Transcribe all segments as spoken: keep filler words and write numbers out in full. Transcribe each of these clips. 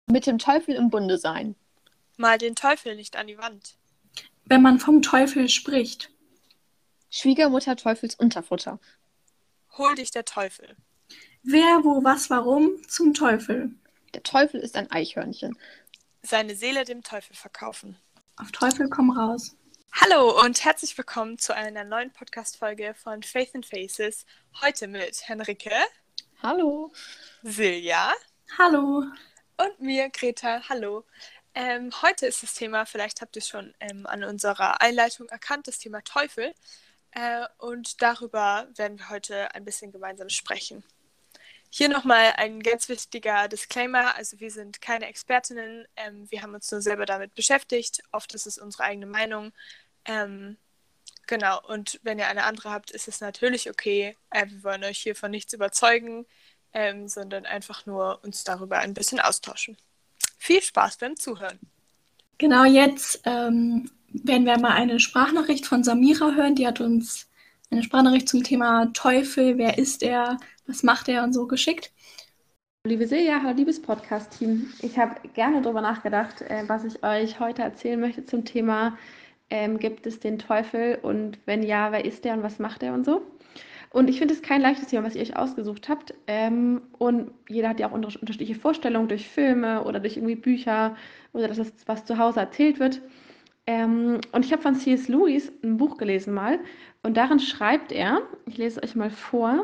Mit dem Teufel im Bunde sein. Mal den Teufel nicht an die Wand. Wenn man vom Teufel spricht. Schwiegermutter Teufels Unterfutter. Hol dich der Teufel. Wer, wo, was, warum zum Teufel. Der Teufel ist ein Eichhörnchen. Seine Seele dem Teufel verkaufen. Auf Teufel komm raus. Hallo und herzlich willkommen zu einer neuen Podcast-Folge von Faith and Faces. Heute mit Henrike, Hallo. Silja Hallo. und mir, Greta. Hallo. Ähm, heute ist das Thema, vielleicht habt ihr es schon ähm, an unserer Einleitung erkannt, das Thema Teufel. Äh, und darüber werden wir heute ein bisschen gemeinsam sprechen. Hier nochmal ein ganz wichtiger Disclaimer, also wir sind keine Expertinnen, ähm, wir haben uns nur selber damit beschäftigt, oft ist es unsere eigene Meinung. Ähm, genau, und wenn ihr eine andere habt, ist es natürlich okay. Äh, wir wollen euch hier von nichts überzeugen, ähm, sondern einfach nur uns darüber ein bisschen austauschen. Viel Spaß beim Zuhören. Genau, jetzt ähm, werden wir mal eine Sprachnachricht von Samira hören. Die hat uns eine Sprachnachricht zum Thema Teufel, wer ist er, was macht er und so geschickt. Liebe Silja, hallo liebes Podcast-Team. Ich habe gerne darüber nachgedacht, äh, was ich euch heute erzählen möchte zum Thema, ähm, gibt es den Teufel und wenn ja, wer ist der und was macht er und so. Und ich finde es kein leichtes Thema, was ihr euch ausgesucht habt. Ähm, und jeder hat ja auch unter- unterschiedliche Vorstellungen durch Filme oder durch irgendwie Bücher oder das, ist, was zu Hause erzählt wird. Ähm, und ich habe von C S. Lewis ein Buch gelesen mal und darin schreibt er, ich lese es euch mal vor,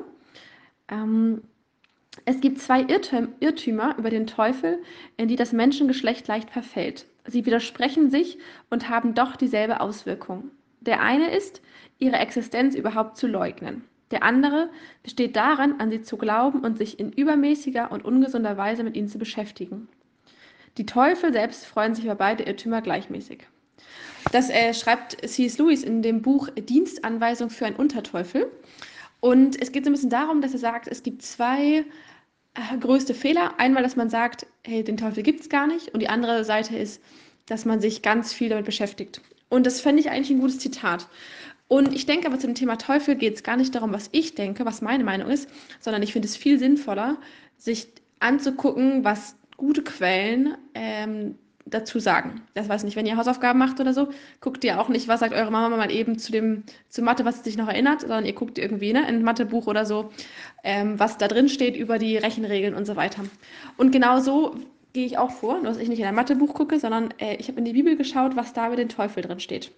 ähm, es gibt zwei Irrtüm Irrtümer über den Teufel, in die das Menschengeschlecht leicht verfällt. Sie widersprechen sich und haben doch dieselbe Auswirkung. Der eine ist, ihre Existenz überhaupt zu leugnen. Der andere besteht darin, an sie zu glauben und sich in übermäßiger und ungesunder Weise mit ihnen zu beschäftigen. Die Teufel selbst freuen sich über beide Irrtümer gleichmäßig. Das äh, schreibt C S. Lewis in dem Buch Dienstanweisung für einen Unterteufel. Und es geht so ein bisschen darum, dass er sagt, es gibt zwei äh, größte Fehler. Einmal, dass man sagt, hey, den Teufel gibt es gar nicht. Und die andere Seite ist, dass man sich ganz viel damit beschäftigt. Und das fände ich eigentlich ein gutes Zitat. Und ich denke aber zu dem Thema Teufel geht es gar nicht darum, was ich denke, was meine Meinung ist, sondern ich finde es viel sinnvoller, sich anzugucken, was gute Quellen ähm, dazu sagen. Das weiß nicht, wenn ihr Hausaufgaben macht oder so, guckt ihr auch nicht, was sagt eure Mama mal eben zu dem zu Mathe, was sie sich noch erinnert, sondern ihr guckt irgendwie ne, in ein Mathebuch oder so, ähm, was da drin steht über die Rechenregeln und so weiter. Und genau so gehe ich auch vor, nur dass ich nicht in ein Mathebuch gucke, sondern äh, ich habe in die Bibel geschaut, was da über den Teufel drin steht.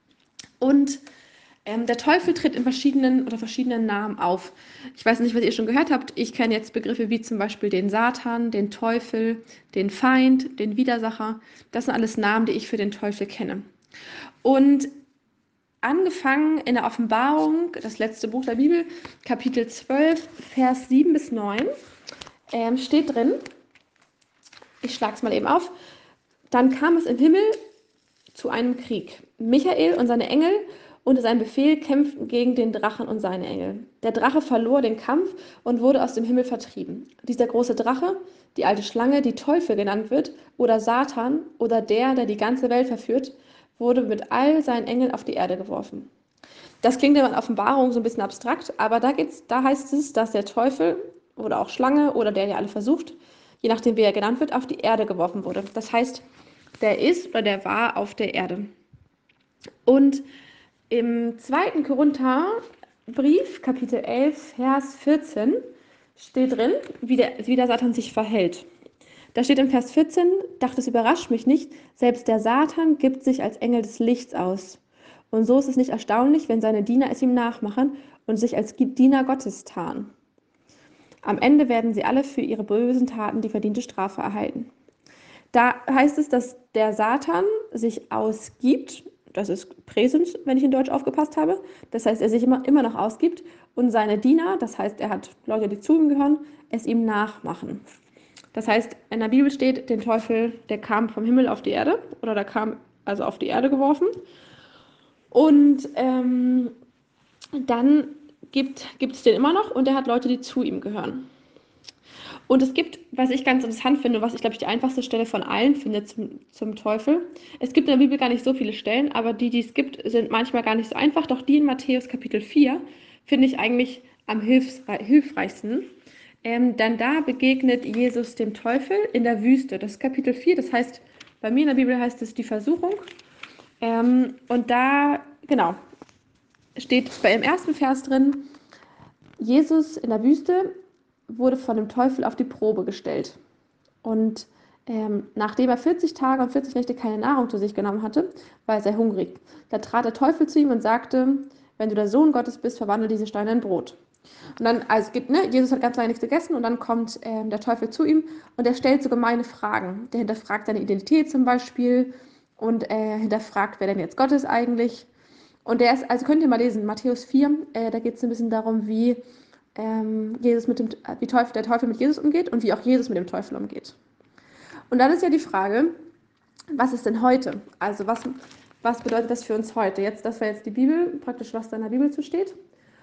Und ähm, der Teufel tritt in verschiedenen oder verschiedenen Namen auf. Ich weiß nicht, was ihr schon gehört habt. Ich kenne jetzt Begriffe wie zum Beispiel den Satan, den Teufel, den Feind, den Widersacher. Das sind alles Namen, die ich für den Teufel kenne. Und angefangen in der Offenbarung, das letzte Buch der Bibel, Kapitel zwölf, Vers sieben bis neun, ähm, steht drin, ich schlage es mal eben auf, dann kam es im Himmel zu einem Krieg. Michael und seine Engel unter seinem Befehl kämpften gegen den Drachen und seine Engel. Der Drache verlor den Kampf und wurde aus dem Himmel vertrieben. Dieser große Drache, die alte Schlange, die Teufel genannt wird, oder Satan, oder der, der die ganze Welt verführt, wurde mit all seinen Engeln auf die Erde geworfen. Das klingt ja in Offenbarung so ein bisschen abstrakt, aber da, geht's, da heißt es, dass der Teufel oder auch Schlange oder der, der alle versucht, je nachdem wie er genannt wird, auf die Erde geworfen wurde. Das heißt, der ist oder der war auf der Erde. Und im zweiten Korintherbrief, Kapitel elf, Vers vierzehn, steht drin, wie der, wie der Satan sich verhält. Da steht im Vers vierzehn, dachte, es überrascht mich nicht, selbst der Satan gibt sich als Engel des Lichts aus. Und so ist es nicht erstaunlich, wenn seine Diener es ihm nachmachen und sich als Diener Gottes tarnen. Am Ende werden sie alle für ihre bösen Taten die verdiente Strafe erhalten. Da heißt es, dass der Satan sich ausgibt, das ist Präsens, wenn ich in Deutsch aufgepasst habe, das heißt, er sich immer, immer noch ausgibt und seine Diener, das heißt, er hat Leute, die zu ihm gehören, es ihm nachmachen. Das heißt, in der Bibel steht, den Teufel, der kam vom Himmel auf die Erde oder der kam also auf die Erde geworfen und ähm, dann gibt es den immer noch und er hat Leute, die zu ihm gehören. Und es gibt, was ich ganz interessant finde, was ich glaube ich die einfachste Stelle von allen finde zum, zum Teufel. Es gibt in der Bibel gar nicht so viele Stellen, aber die, die es gibt, sind manchmal gar nicht so einfach. Doch die in Matthäus Kapitel vier finde ich eigentlich am hilfreichsten. Ähm, dann da begegnet Jesus dem Teufel in der Wüste. Das ist Kapitel vier, das heißt, bei mir in der Bibel heißt es die Versuchung. Ähm, und da, genau, steht bei im ersten Vers drin, Jesus in der Wüste wurde von dem Teufel auf die Probe gestellt. Und ähm, nachdem er vierzig Tage und vierzig Nächte keine Nahrung zu sich genommen hatte, war er sehr hungrig. Da trat der Teufel zu ihm und sagte, wenn du der Sohn Gottes bist, verwandle diese Steine in Brot. Und dann, also es gibt, ne, Jesus hat ganz lange nichts gegessen und dann kommt ähm, der Teufel zu ihm und er stellt so gemeine Fragen. Der hinterfragt seine Identität zum Beispiel und er hinterfragt, wer denn jetzt Gott ist eigentlich. Und der ist, also könnt ihr mal lesen, Matthäus vier, äh, da geht es ein bisschen darum, wie, ähm, Jesus mit dem, wie Teufel, der Teufel mit Jesus umgeht und wie auch Jesus mit dem Teufel umgeht. Und dann ist ja die Frage, was ist denn heute? Also was, was bedeutet das für uns heute? Jetzt, das war jetzt die Bibel, praktisch was da in der Bibel zu steht.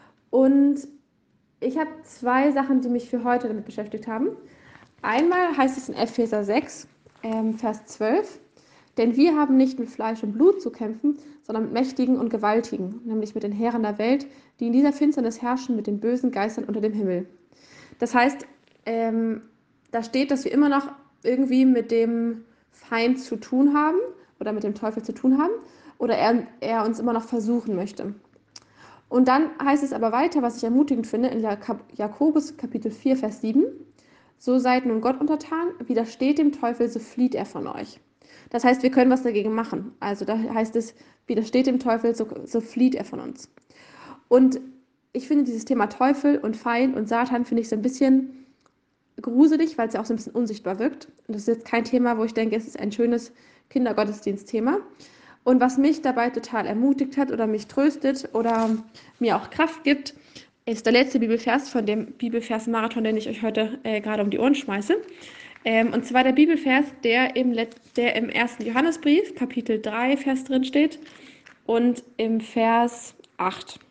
Und ich habe zwei Sachen, die mich für heute damit beschäftigt haben. Einmal heißt es in Epheser sechs, ähm, Vers zwölf, denn wir haben nicht mit Fleisch und Blut zu kämpfen, sondern mit Mächtigen und Gewaltigen, nämlich mit den Herren der Welt, die in dieser Finsternis herrschen, mit den bösen Geistern unter dem Himmel. Das heißt, ähm, da steht, dass wir immer noch irgendwie mit dem Feind zu tun haben oder mit dem Teufel zu tun haben oder er, er uns immer noch versuchen möchte. Und dann heißt es aber weiter, was ich ermutigend finde, in Jak- Jakobus Kapitel vier, Vers sieben, so seid nun Gott untertan, widersteht dem Teufel, so flieht er von euch. Das heißt, wir können was dagegen machen. Also da heißt es, widersteht dem Teufel, so, so flieht er von uns. Und ich finde dieses Thema Teufel und Feind und Satan finde ich so ein bisschen gruselig, weil es ja auch so ein bisschen unsichtbar wirkt. Und das ist jetzt kein Thema, wo ich denke, es ist ein schönes Kindergottesdienstthema. Und was mich dabei total ermutigt hat oder mich tröstet oder mir auch Kraft gibt, ist der letzte Bibelvers von dem Bibelvers-Marathon, den ich euch heute äh, gerade um die Ohren schmeiße. Ähm, und zwar der Bibelvers, der im, Let der im ersten Johannesbrief, Kapitel drei, Vers drin steht und im Vers acht.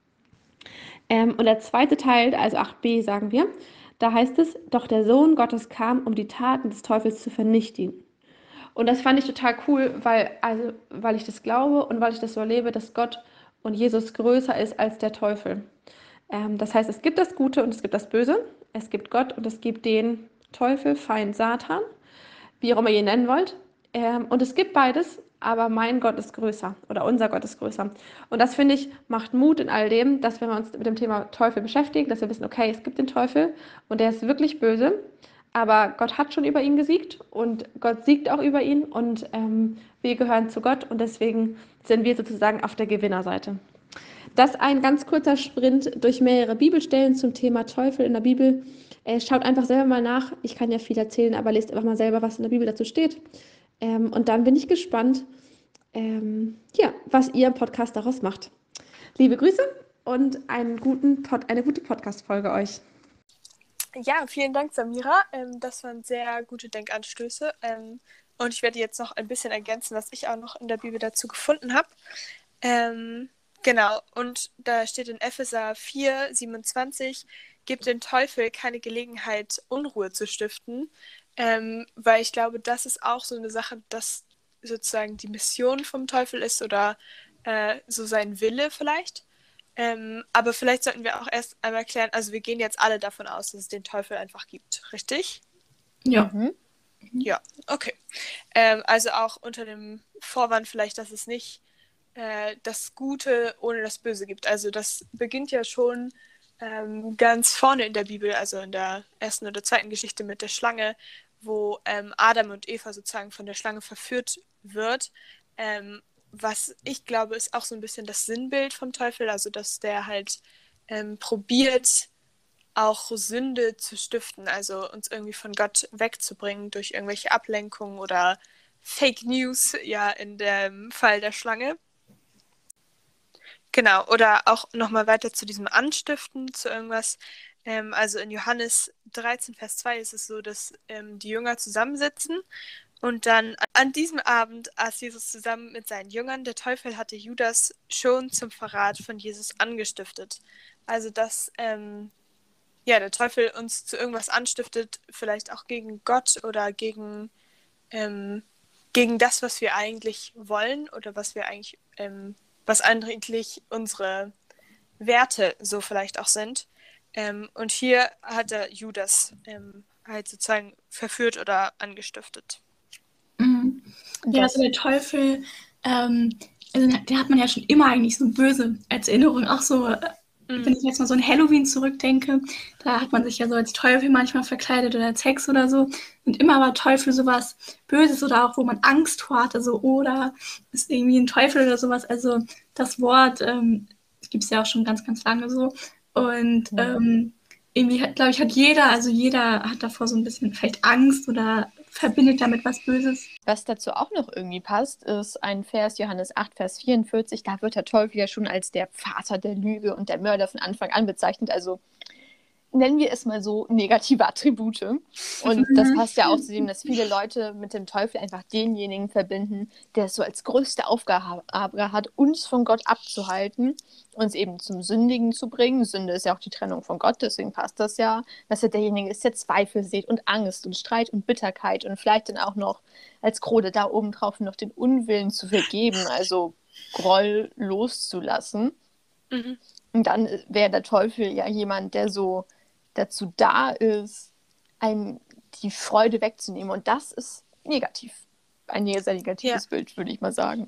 Ähm, und der zweite Teil, also acht b sagen wir, da heißt es, doch der Sohn Gottes kam, um die Taten des Teufels zu vernichten. Und das fand ich total cool, weil, also, weil ich das glaube und weil ich das so erlebe, dass Gott und Jesus größer ist als der Teufel. Ähm, das heißt, es gibt das Gute und es gibt das Böse. Es gibt Gott und es gibt den Teufel, Feind, Satan, wie auch immer ihr ihn nennen wollt. Ähm, und es gibt beides, aber mein Gott ist größer oder unser Gott ist größer. Und das, finde ich, macht Mut in all dem, dass wenn wir uns mit dem Thema Teufel beschäftigen, dass wir wissen, okay, es gibt den Teufel und der ist wirklich böse, aber Gott hat schon über ihn gesiegt und Gott siegt auch über ihn und ähm, wir gehören zu Gott und deswegen sind wir sozusagen auf der Gewinnerseite. Das ein ganz kurzer Sprint durch mehrere Bibelstellen zum Thema Teufel in der Bibel. Äh, schaut einfach selber mal nach. Ich kann ja viel erzählen, aber lest einfach mal selber, was in der Bibel dazu steht. Ähm, und dann bin ich gespannt, ähm, ja, was ihr im Podcast daraus macht. Liebe Grüße und einen guten Pod eine gute Podcast-Folge euch. Ja, vielen Dank, Samira. Ähm, das waren sehr gute Denkanstöße. Ähm, und ich werde jetzt noch ein bisschen ergänzen, was ich auch noch in der Bibel dazu gefunden habe. Ähm, genau, und da steht in Epheser vier, siebenundzwanzig, gebt dem Teufel keine Gelegenheit, Unruhe zu stiften. Ähm, weil ich glaube, das ist auch so eine Sache, dass sozusagen die Mission vom Teufel ist oder äh, so sein Wille vielleicht. Ähm, aber vielleicht sollten wir auch erst einmal klären, also wir gehen jetzt alle davon aus, dass es den Teufel einfach gibt, richtig? Ja. Mhm. Ja, okay. Ähm, also auch unter dem Vorwand vielleicht, dass es nicht äh, das Gute ohne das Böse gibt. Also das beginnt ja schon ähm, ganz vorne in der Bibel, also in der ersten oder zweiten Geschichte mit der Schlange, wo ähm, Adam und Eva sozusagen von der Schlange verführt wird. Ähm, was ich glaube, ist auch so ein bisschen das Sinnbild vom Teufel, also dass der halt ähm, probiert, auch Sünde zu stiften, also uns irgendwie von Gott wegzubringen durch irgendwelche Ablenkungen oder Fake News, ja, in dem Fall der Schlange. Genau, oder auch nochmal weiter zu diesem Anstiften, zu irgendwas. Ähm, also in Johannes dreizehn, Vers zwei ist es so, dass ähm, die Jünger zusammensitzen und dann an diesem Abend aß Jesus zusammen mit seinen Jüngern. Der Teufel hatte Judas schon zum Verrat von Jesus angestiftet. Also dass ähm, ja, der Teufel uns zu irgendwas anstiftet, vielleicht auch gegen Gott oder gegen, ähm, gegen das, was wir eigentlich wollen oder was wir eigentlich, ähm, was eigentlich unsere Werte so vielleicht auch sind. Ähm, und hier hat er Judas ähm, halt sozusagen verführt oder angestiftet. Mhm. Ja, Das, also der Teufel, ähm, also den hat man ja schon immer eigentlich so böse als Erinnerung. Auch so, äh, wenn Mhm. ich jetzt mal so an Halloween zurückdenke, da hat man sich ja so als Teufel manchmal verkleidet oder als Hex oder so. Und immer war Teufel sowas Böses oder auch, wo man Angst vor hatte, so, oder ist irgendwie ein Teufel oder sowas. Also das Wort ähm, gibt es ja auch schon ganz, ganz lange so. Und Mhm. ähm, irgendwie, glaube ich, hat jeder, also jeder hat davor so ein bisschen vielleicht Angst oder verbindet damit was Böses. was dazu auch noch irgendwie passt, ist ein Vers, Johannes acht, Vers vierundvierzig. Da wird der Teufel ja schon als der Vater der Lüge und der Mörder von Anfang an bezeichnet. Also nennen wir es mal so, negative Attribute. Und das passt ja auch zu dem, dass viele Leute mit dem Teufel einfach denjenigen verbinden, der es so als größte Aufgabe hat, uns von Gott abzuhalten, uns eben zum Sündigen zu bringen. Sünde ist ja auch die Trennung von Gott, deswegen passt das ja, dass er derjenige ist, der Zweifel sieht und Angst und Streit und Bitterkeit und vielleicht dann auch noch als Krone da oben drauf noch den Unwillen zu vergeben, also Groll loszulassen. Mhm. Und dann wäre der Teufel ja jemand, der so dazu da ist, einem die Freude wegzunehmen. Und das ist negativ. Ein sehr negatives Ja. Bild, würde ich mal sagen.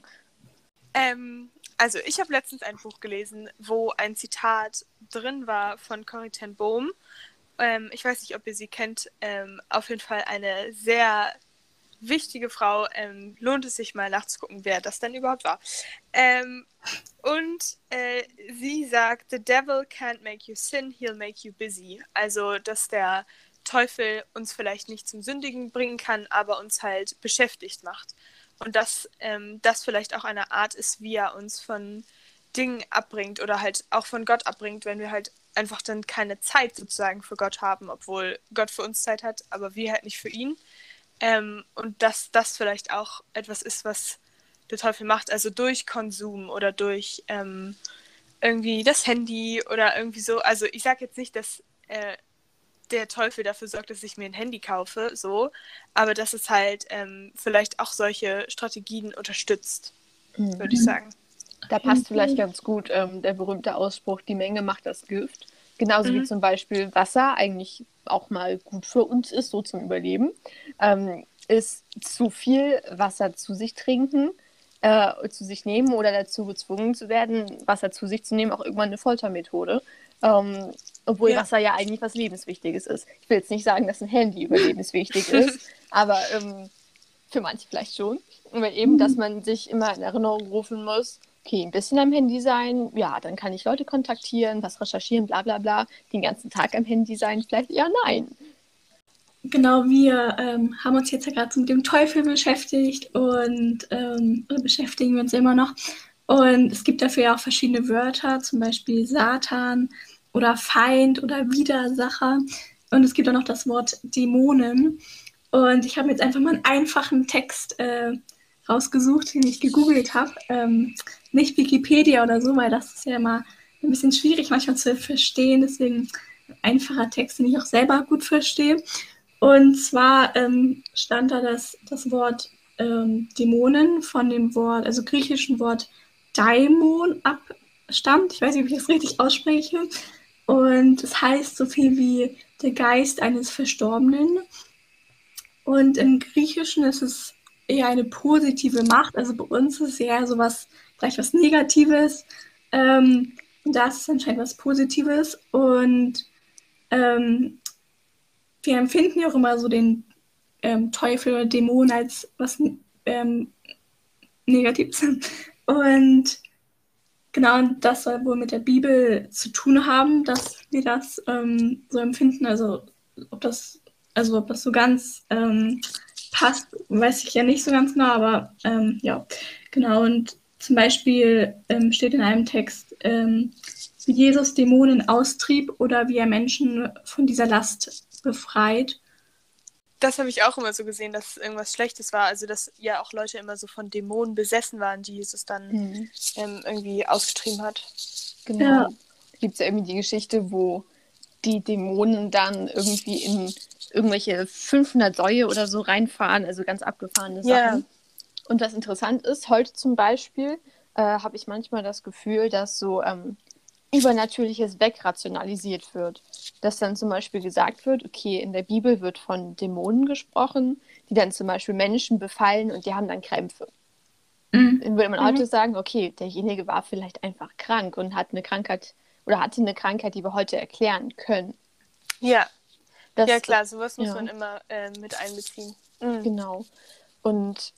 Ähm, also ich habe letztens ein Buch gelesen, wo ein Zitat drin war von Corrie ten Boom. Ähm, ich weiß nicht, ob ihr sie kennt. Ähm, auf jeden Fall eine sehr wichtige Frau. Ähm, lohnt es sich mal nachzugucken, wer das denn überhaupt war. Ähm, und äh, sie sagt, the devil can't make you sin, he'll make you busy. Also, dass der Teufel uns vielleicht nicht zum Sündigen bringen kann, aber uns halt beschäftigt macht. Und dass ähm, das vielleicht auch eine Art ist, wie er uns von Dingen abbringt oder halt auch von Gott abbringt, wenn wir halt einfach dann keine Zeit sozusagen für Gott haben, obwohl Gott für uns Zeit hat, aber wir halt nicht für ihn. Ähm, und dass das vielleicht auch etwas ist, was der Teufel macht, also durch Konsum oder durch ähm, irgendwie das Handy oder irgendwie so. Also ich sage jetzt nicht, dass äh, der Teufel dafür sorgt, dass ich mir ein Handy kaufe, so, aber dass es halt ähm, vielleicht auch solche Strategien unterstützt, Mhm. würde ich sagen. Da passt vielleicht ganz gut ähm, der berühmte Ausspruch, die Menge macht das Gift. Genauso wie Mhm. zum Beispiel Wasser eigentlich auch mal gut für uns ist, so zum Überleben. Ähm, ist zu viel Wasser zu sich trinken, äh, zu sich nehmen oder dazu gezwungen zu werden, Wasser zu sich zu nehmen, auch irgendwann eine Foltermethode. Ähm, obwohl Ja. Wasser ja eigentlich was Lebenswichtiges ist. Ich will jetzt nicht sagen, dass ein Handy überlebenswichtig ist, aber ähm, für manche vielleicht schon. Aber eben, dass man sich immer in Erinnerung rufen muss, okay, ein bisschen am Handy sein, ja, dann kann ich Leute kontaktieren, was recherchieren, bla bla bla. Den ganzen Tag am Handy sein, vielleicht ja, nein. Genau, wir ähm, haben uns jetzt ja gerade so mit dem Teufel beschäftigt und ähm, oder beschäftigen wir uns immer noch. Und es gibt dafür ja auch verschiedene Wörter, zum Beispiel Satan oder Feind oder Widersacher. Und es gibt auch noch das Wort Dämonen. Und ich habe mir jetzt einfach mal einen einfachen Text äh, rausgesucht, den ich gegoogelt habe. Ähm, nicht Wikipedia oder so, weil das ist ja immer ein bisschen schwierig manchmal zu verstehen. Deswegen ein einfacher Text, den ich auch selber gut verstehe. Und zwar ähm, stand da das, das Wort ähm, Dämonen von dem Wort, also griechischen Wort Daimon abstammt. Ich weiß nicht, ob ich das richtig ausspreche. Und es heißt so viel wie der Geist eines Verstorbenen. Und im Griechischen ist es eher eine positive Macht. Also bei uns ist es eher so was, vielleicht was Negatives. Ähm, und da ist es anscheinend was Positives. Und ähm, wir empfinden ja auch immer so den ähm, Teufel oder Dämon als was ähm, Negatives. Und genau, und das soll wohl mit der Bibel zu tun haben, dass wir das ähm, so empfinden. Also ob das, also ob das so ganz ähm, passt, weiß ich ja nicht so ganz genau, aber ähm, ja, genau. Und zum Beispiel ähm, steht in einem Text, ähm, wie Jesus Dämonen austrieb oder wie er Menschen von dieser Last befreit. Das habe ich auch immer so gesehen, dass es irgendwas Schlechtes war. Also, dass ja auch Leute immer so von Dämonen besessen waren, die Jesus dann Mhm. ähm, irgendwie ausgetrieben hat. Genau. Ja. Da gibt es ja irgendwie die Geschichte, wo die Dämonen dann irgendwie in irgendwelche fünfhundert Säue oder so reinfahren, also ganz abgefahrene Sachen. Ja. Und was interessant ist, heute zum Beispiel äh, habe ich manchmal das Gefühl, dass so ähm, Übernatürliches wegrationalisiert wird. Dass dann zum Beispiel gesagt wird, okay, in der Bibel wird von Dämonen gesprochen, die dann zum Beispiel Menschen befallen und die haben dann Krämpfe. Mhm. Dann würde man Mhm. heute sagen, okay, derjenige war vielleicht einfach krank und hat eine Krankheit oder hatte eine Krankheit, die wir heute erklären können. Ja, Das, ja klar, sowas muss ja. man immer äh, mit einbeziehen. Mhm. Genau. Und,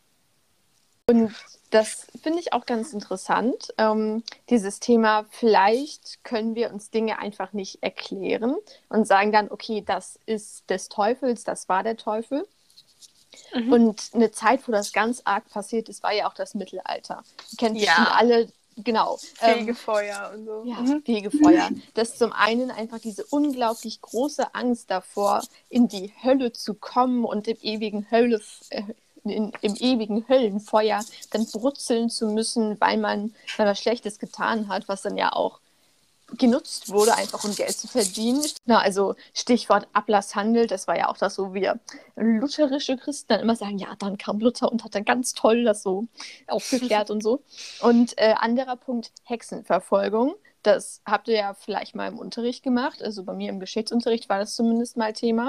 und das finde ich auch ganz interessant, ähm, dieses Thema, vielleicht können wir uns Dinge einfach nicht erklären und sagen dann, okay, das ist des Teufels, das war der Teufel. Mhm. Und eine Zeit, wo das ganz arg passiert ist, war ja auch das Mittelalter. Ihr kennt Ja. bestimmt alle, genau. ähm, Fegefeuer und so. Ja, Mhm. Fegefeuer. Das ist zum einen einfach diese unglaublich große Angst davor, in die Hölle zu kommen und im ewigen Hölle, äh, in, im ewigen Höllenfeuer dann brutzeln zu müssen, weil man mal was Schlechtes getan hat, was dann ja auch genutzt wurde, einfach um Geld zu verdienen. Na, also Stichwort Ablasshandel, das war ja auch das, wo wir lutherische Christen dann immer sagen, ja, dann kam Luther und hat dann ganz toll das so aufgeklärt und so. Und äh, anderer Punkt, Hexenverfolgung. Das habt ihr ja vielleicht mal im Unterricht gemacht, also bei mir im Geschichtsunterricht war das zumindest mal Thema.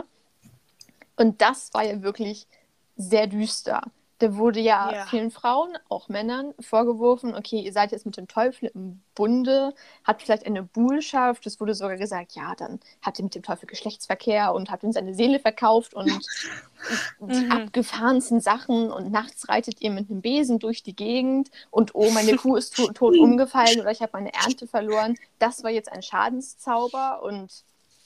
Und das war ja wirklich sehr düster. Da wurde ja, Ja. vielen Frauen, auch Männern, vorgeworfen, okay, ihr seid jetzt mit dem Teufel im Bunde, habt vielleicht eine Buhlschaft. Es wurde sogar gesagt, ja, dann habt ihr mit dem Teufel Geschlechtsverkehr und habt ihm seine Seele verkauft und die Mhm. abgefahrensten Sachen und nachts reitet ihr mit einem Besen durch die Gegend und oh, meine Kuh ist to- tot umgefallen oder ich habe meine Ernte verloren. Das war jetzt ein Schadenszauber und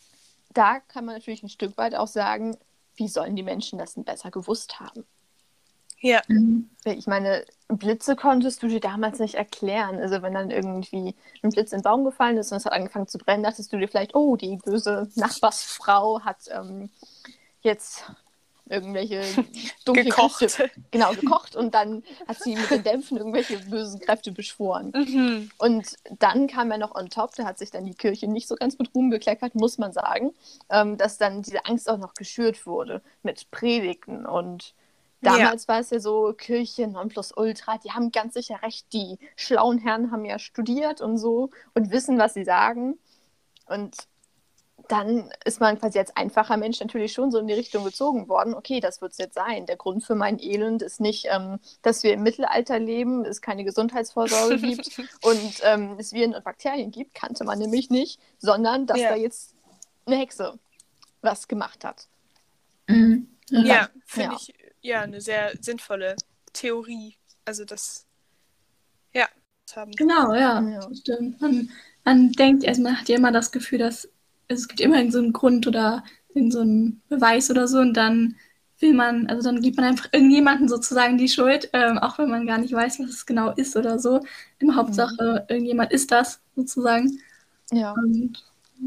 da kann man natürlich ein Stück weit auch sagen, wie sollen die Menschen das denn besser gewusst haben? Ja. Mhm. Ich meine, Blitze konntest du dir damals nicht erklären. Also wenn dann irgendwie ein Blitz in den Baum gefallen ist und es hat angefangen zu brennen, dachtest du dir vielleicht, oh, die böse Nachbarsfrau hat ähm, jetzt irgendwelche dunkle Gekocht. Kräfte, genau, gekocht und dann hat sie mit den Dämpfen irgendwelche bösen Kräfte beschworen. Mhm. Und dann kam ja noch on top, da hat sich dann die Kirche nicht so ganz mit Ruhm bekleckert, muss man sagen, ähm, dass dann diese Angst auch noch geschürt wurde mit Predigten. Und damals war es ja so, Kirche Nonplusultra, die haben ganz sicher recht, die schlauen Herren haben ja studiert und so und wissen, was sie sagen. Und dann ist man quasi als einfacher Mensch natürlich schon so in die Richtung gezogen worden, okay, das wird es jetzt sein. Der Grund für mein Elend ist nicht, ähm, dass wir im Mittelalter leben, es keine Gesundheitsvorsorge gibt und ähm, es Viren und Bakterien gibt, kannte man nämlich nicht, sondern dass Ja. da jetzt eine Hexe was gemacht hat. Mhm. Ja. Ja, finde Ja. ich ja eine sehr sinnvolle Theorie. Also das, ja, das haben. Genau, ja, Ja. das stimmt. Man, man denkt, also man hat ja immer das Gefühl, dass also es gibt immer irgend so einen Grund oder irgend so einen Beweis oder so und dann will man, also dann gibt man einfach irgendjemanden sozusagen die Schuld, ähm, auch wenn man gar nicht weiß, was es genau ist oder so. In Hauptsache, irgendjemand ist das sozusagen. Ja, Und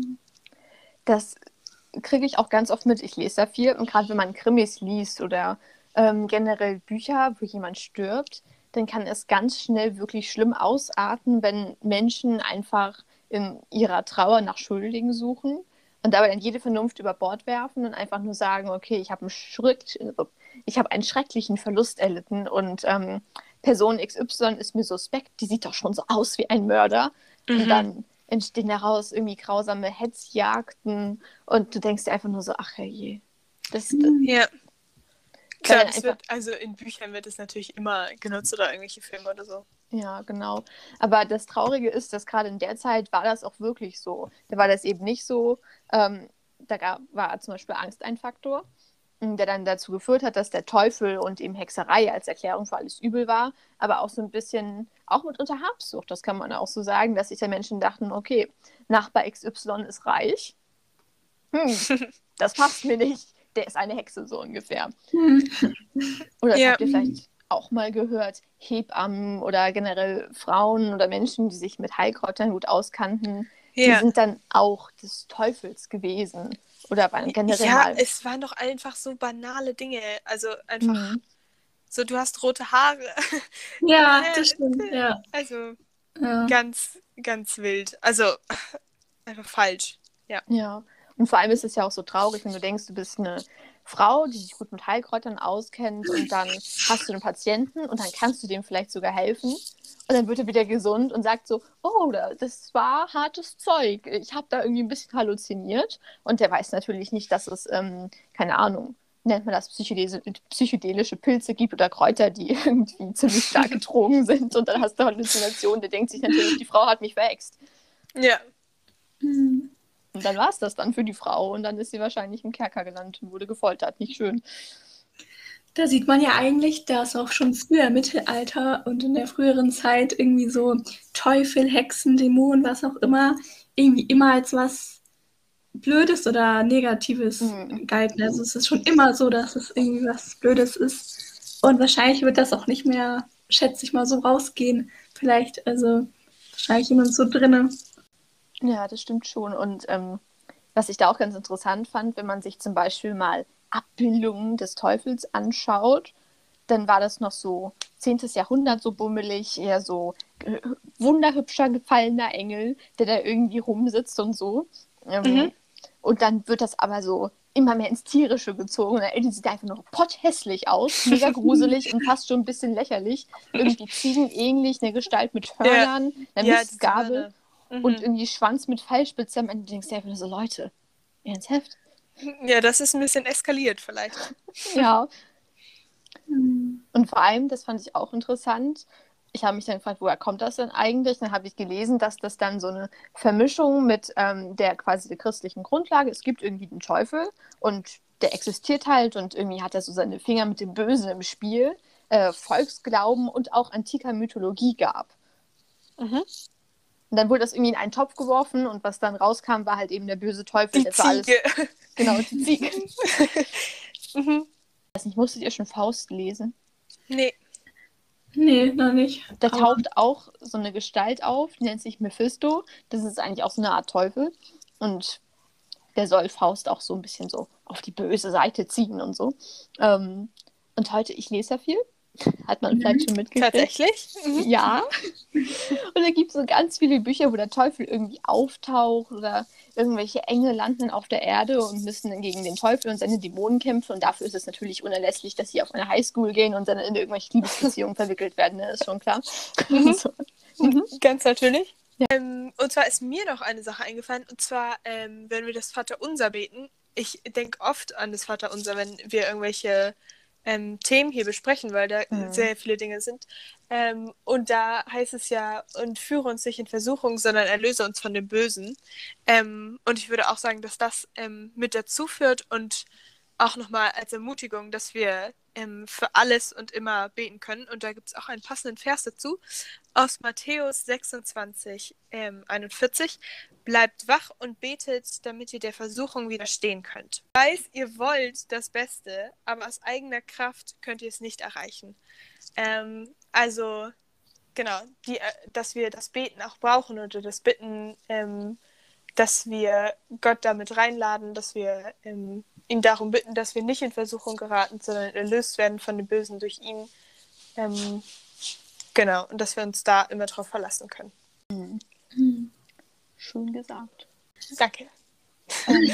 das kriege ich auch ganz oft mit. Ich lese da viel und gerade wenn man Krimis liest oder ähm, generell Bücher, wo jemand stirbt, dann kann es ganz schnell wirklich schlimm ausarten, wenn Menschen einfach in ihrer Trauer nach Schuldigen suchen und dabei dann jede Vernunft über Bord werfen und einfach nur sagen, okay, ich habe einen, Schritt, ich hab einen schrecklichen Verlust erlitten und ähm, Person X Y ist mir suspekt, die sieht doch schon so aus wie ein Mörder. Mhm. Und dann entstehen daraus irgendwie grausame Hetzjagden und du denkst dir einfach nur so, ach herrje. Das, das, Ja. Klar, dann das einfach- wird, also in Büchern wird es natürlich immer genutzt oder irgendwelche Filme oder so. ja, genau. Aber das Traurige ist, dass gerade in der Zeit war das auch wirklich so. Da war das eben nicht so. Ähm, da gab, war zum Beispiel Angst ein Faktor, der dann dazu geführt hat, dass der Teufel und eben Hexerei als Erklärung für alles übel war, aber auch so ein bisschen, auch mitunter Habsucht, das kann man auch so sagen, dass sich der Menschen dachten, okay, Nachbar X Y ist reich, hm, das passt mir nicht, der ist eine Hexe so ungefähr. hm, Oder das Ja. habt ihr vielleicht auch mal gehört, Hebammen oder generell Frauen oder Menschen, die sich mit Heilkräutern gut auskannten, die Ja. sind dann auch des Teufels gewesen. Oder waren generell Ja, mal. es waren doch einfach so banale Dinge. Also einfach Mhm. so, du hast rote Haare. ja, das stimmt, ja. Also ja. ganz, ganz wild. Also einfach falsch. Ja, Und vor allem ist es ja auch so traurig, wenn du denkst, du bist eine Frau, die sich gut mit Heilkräutern auskennt und dann hast du einen Patienten und dann kannst du dem vielleicht sogar helfen. Und dann wird er wieder gesund und sagt so, oh, das war hartes Zeug. Ich habe da irgendwie ein bisschen halluziniert. Und der weiß natürlich nicht, dass es, ähm, keine Ahnung, nennt man das psychedelische, psychedelische Pilze gibt oder Kräuter, die irgendwie ziemlich starke Drogen sind. Und dann hast du Halluzinationen. Der denkt sich natürlich, die Frau hat mich verhext. Ja. Hm. Und dann war es das dann für die Frau. Und dann ist sie wahrscheinlich im Kerker gelandet und wurde gefoltert. Nicht schön. Da sieht man ja eigentlich, dass auch schon früher im Mittelalter und in der früheren Zeit irgendwie so Teufel, Hexen, Dämonen, was auch immer, irgendwie immer als was Blödes oder Negatives Mhm. galten. Also es ist schon immer so, dass es irgendwie was Blödes ist. Und wahrscheinlich wird das auch nicht mehr, schätze ich mal, so rausgehen. Vielleicht, also wahrscheinlich in uns so drinne. Ja, das stimmt schon. Und ähm, was ich da auch ganz interessant fand, wenn man sich zum Beispiel mal Abbildungen des Teufels anschaut, dann war das noch so zehntes Jahrhundert so bummelig, eher so äh, wunderhübscher, gefallener Engel, der da irgendwie rumsitzt und so. Ähm, Mhm. Und dann wird das aber so immer mehr ins Tierische gezogen. Und der sieht einfach noch potthässlich aus, mega gruselig und fast schon ein bisschen lächerlich. Irgendwie ziegenähnlich, eine Gestalt mit Hörnern, einer Ja, diese Mistgabel Hörner. Mhm. und irgendwie Schwanz mit Pfeilspitze. Am Ende denkst du einfach nur so, Leute, ernsthaft? Ja, das ist ein bisschen eskaliert vielleicht. Ja. Hm. Und vor allem, das fand ich auch interessant, ich habe mich dann gefragt, woher kommt das denn eigentlich? Dann habe ich gelesen, dass das dann so eine Vermischung mit ähm, der quasi der christlichen Grundlage, es gibt irgendwie den Teufel und der existiert halt und irgendwie hat er so seine Finger mit dem Bösen im Spiel, äh, Volksglauben und auch antiker Mythologie gab. Mhm. Und dann wurde das irgendwie in einen Topf geworfen und was dann rauskam, war halt eben der böse Teufel. Die der für alles, Ziege. genau, die Ziege. Mhm. Ich weiß nicht, musstet ihr schon Faust lesen? Nee. Nee, noch nicht. Da Aber taucht auch so eine Gestalt auf, die nennt sich Mephisto. Das ist eigentlich auch so eine Art Teufel. Und der soll Faust auch so ein bisschen so auf die böse Seite ziehen und so. Ähm, und heute, ich lese ja viel. Hat man vielleicht schon mitgekriegt. Tatsächlich? Mhm. Ja. Und da gibt es so ganz viele Bücher, wo der Teufel irgendwie auftaucht oder irgendwelche Engel landen auf der Erde und müssen dann gegen den Teufel und seine Dämonen kämpfen. Und dafür ist es natürlich unerlässlich, dass sie auf eine Highschool gehen und dann in irgendwelche Liebesbeziehungen verwickelt werden. Ne? Ist schon klar. Mhm. So. Mhm. Ganz natürlich. Ähm, und zwar ist mir noch eine Sache eingefallen. Und zwar, ähm, wenn wir das Vaterunser beten, ich denke oft an das Vaterunser, wenn wir irgendwelche ähm, Themen hier besprechen, weil da Mhm. sehr viele Dinge sind. Ähm, und da heißt es ja, und führe uns nicht in Versuchung, sondern erlöse uns von dem Bösen. Ähm, und ich würde auch sagen, dass das ähm, mit dazu führt und auch nochmal als Ermutigung, dass wir ähm, für alles und immer beten können. Und da gibt es auch einen passenden Vers dazu aus Matthäus sechsundzwanzig, ähm, einundvierzig. Bleibt wach und betet, damit ihr der Versuchung widerstehen könnt. Ich weiß, ihr wollt das Beste, aber aus eigener Kraft könnt ihr es nicht erreichen. Ähm, also, genau, die, äh, dass wir das Beten auch brauchen oder das Bitten, ähm, dass wir Gott damit reinladen, dass wir ähm, ihn darum bitten, dass wir nicht in Versuchung geraten, sondern erlöst werden von dem Bösen durch ihn. Ähm, genau, und dass wir uns da immer drauf verlassen können. Mhm. Schön gesagt. Danke. Ähm,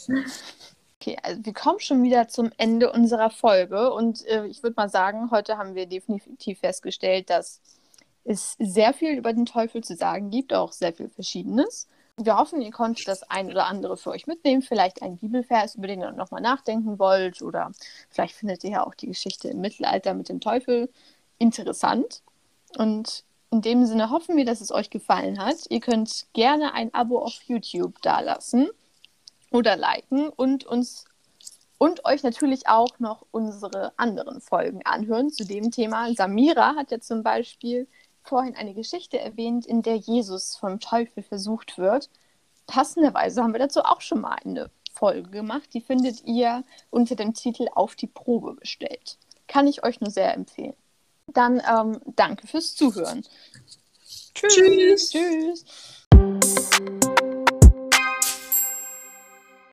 okay, also wir kommen schon wieder zum Ende unserer Folge und äh, ich würde mal sagen, heute haben wir definitiv festgestellt, dass es sehr viel über den Teufel zu sagen gibt, auch sehr viel Verschiedenes. Wir hoffen, ihr konntet das ein oder andere für euch mitnehmen, vielleicht einen Bibelvers, über den ihr nochmal nachdenken wollt oder vielleicht findet ihr ja auch die Geschichte im Mittelalter mit dem Teufel interessant. Und in dem Sinne hoffen wir, dass es euch gefallen hat. Ihr könnt gerne ein Abo auf YouTube dalassen oder liken und uns und euch natürlich auch noch unsere anderen Folgen anhören zu dem Thema. Samira hat ja zum Beispiel vorhin eine Geschichte erwähnt, in der Jesus vom Teufel versucht wird. Passenderweise haben wir dazu auch schon mal eine Folge gemacht. Die findet ihr unter dem Titel Auf die Probe gestellt. Kann ich euch nur sehr empfehlen. Dann ähm, danke fürs Zuhören. Tschüss. Tschüss.